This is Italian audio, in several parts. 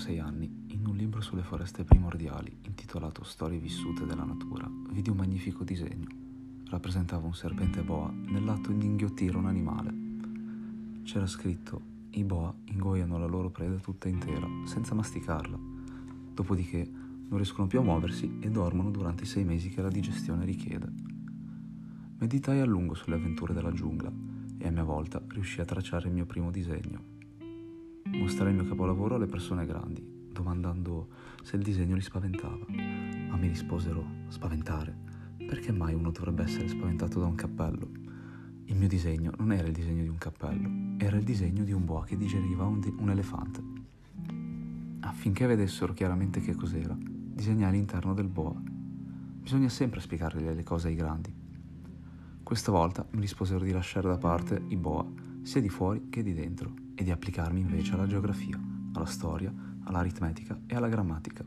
6 anni, in un libro sulle foreste primordiali, intitolato Storie vissute della natura, vidi un magnifico disegno. Rappresentava un serpente boa nell'atto di inghiottire un animale. C'era scritto: i boa ingoiano la loro preda tutta intera, senza masticarla. Dopodiché non riescono più a muoversi e dormono durante i 6 mesi che la digestione richiede. Meditai a lungo sulle avventure della giungla e a mia volta riuscii a tracciare il mio primo disegno. Mostrai il mio capolavoro alle persone grandi, domandando se il disegno li spaventava, ma mi risposero: spaventare? Perché mai uno dovrebbe essere spaventato da un cappello? Il mio disegno non era il disegno di un cappello, era il disegno di un boa che digeriva un elefante. Affinché vedessero chiaramente che cos'era, disegnai l'interno del boa. Bisogna sempre spiegarle le cose ai grandi. Questa volta mi risposero di lasciare da parte i boa, sia di fuori che di dentro, e di applicarmi invece alla geografia, alla storia, all'aritmetica e alla grammatica.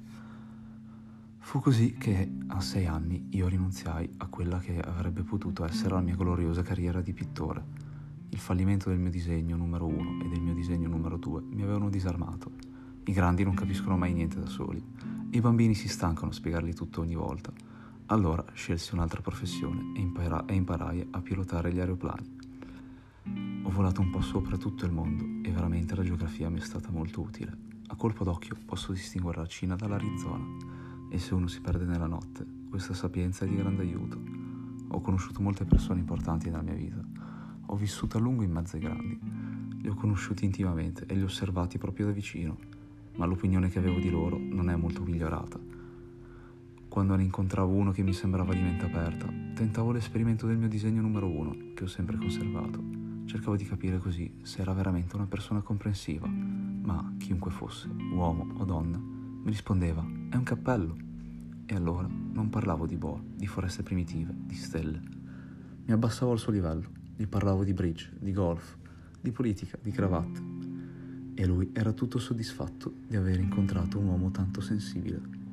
Fu così che, a 6 anni, io rinunziai a quella che avrebbe potuto essere la mia gloriosa carriera di pittore. Il fallimento del mio disegno numero 1 e del mio disegno numero 2 mi avevano disarmato. I grandi non capiscono mai niente da soli, e i bambini si stancano a spiegargli tutto ogni volta. Allora scelsi un'altra professione e imparai a pilotare gli aeroplani. Ho volato un po' sopra tutto il mondo e veramente la geografia mi è stata molto utile. A colpo d'occhio posso distinguere la Cina dall'Arizona, e se uno si perde nella notte, questa sapienza è di grande aiuto. Ho conosciuto molte persone importanti nella mia vita. Ho vissuto a lungo in mezzo ai grandi. Li ho conosciuti intimamente e li ho osservati proprio da vicino, ma l'opinione che avevo di loro non è molto migliorata. Quando ne incontravo uno che mi sembrava di mente aperta, tentavo l'esperimento del mio disegno numero 1, che ho sempre conservato. Cercavo di capire così se era veramente una persona comprensiva, ma chiunque fosse, uomo o donna, mi rispondeva: è un cappello. E allora non parlavo di boa, di foreste primitive, di stelle. Mi abbassavo al suo livello, gli parlavo di bridge, di golf, di politica, di cravatte. E lui era tutto soddisfatto di aver incontrato un uomo tanto sensibile.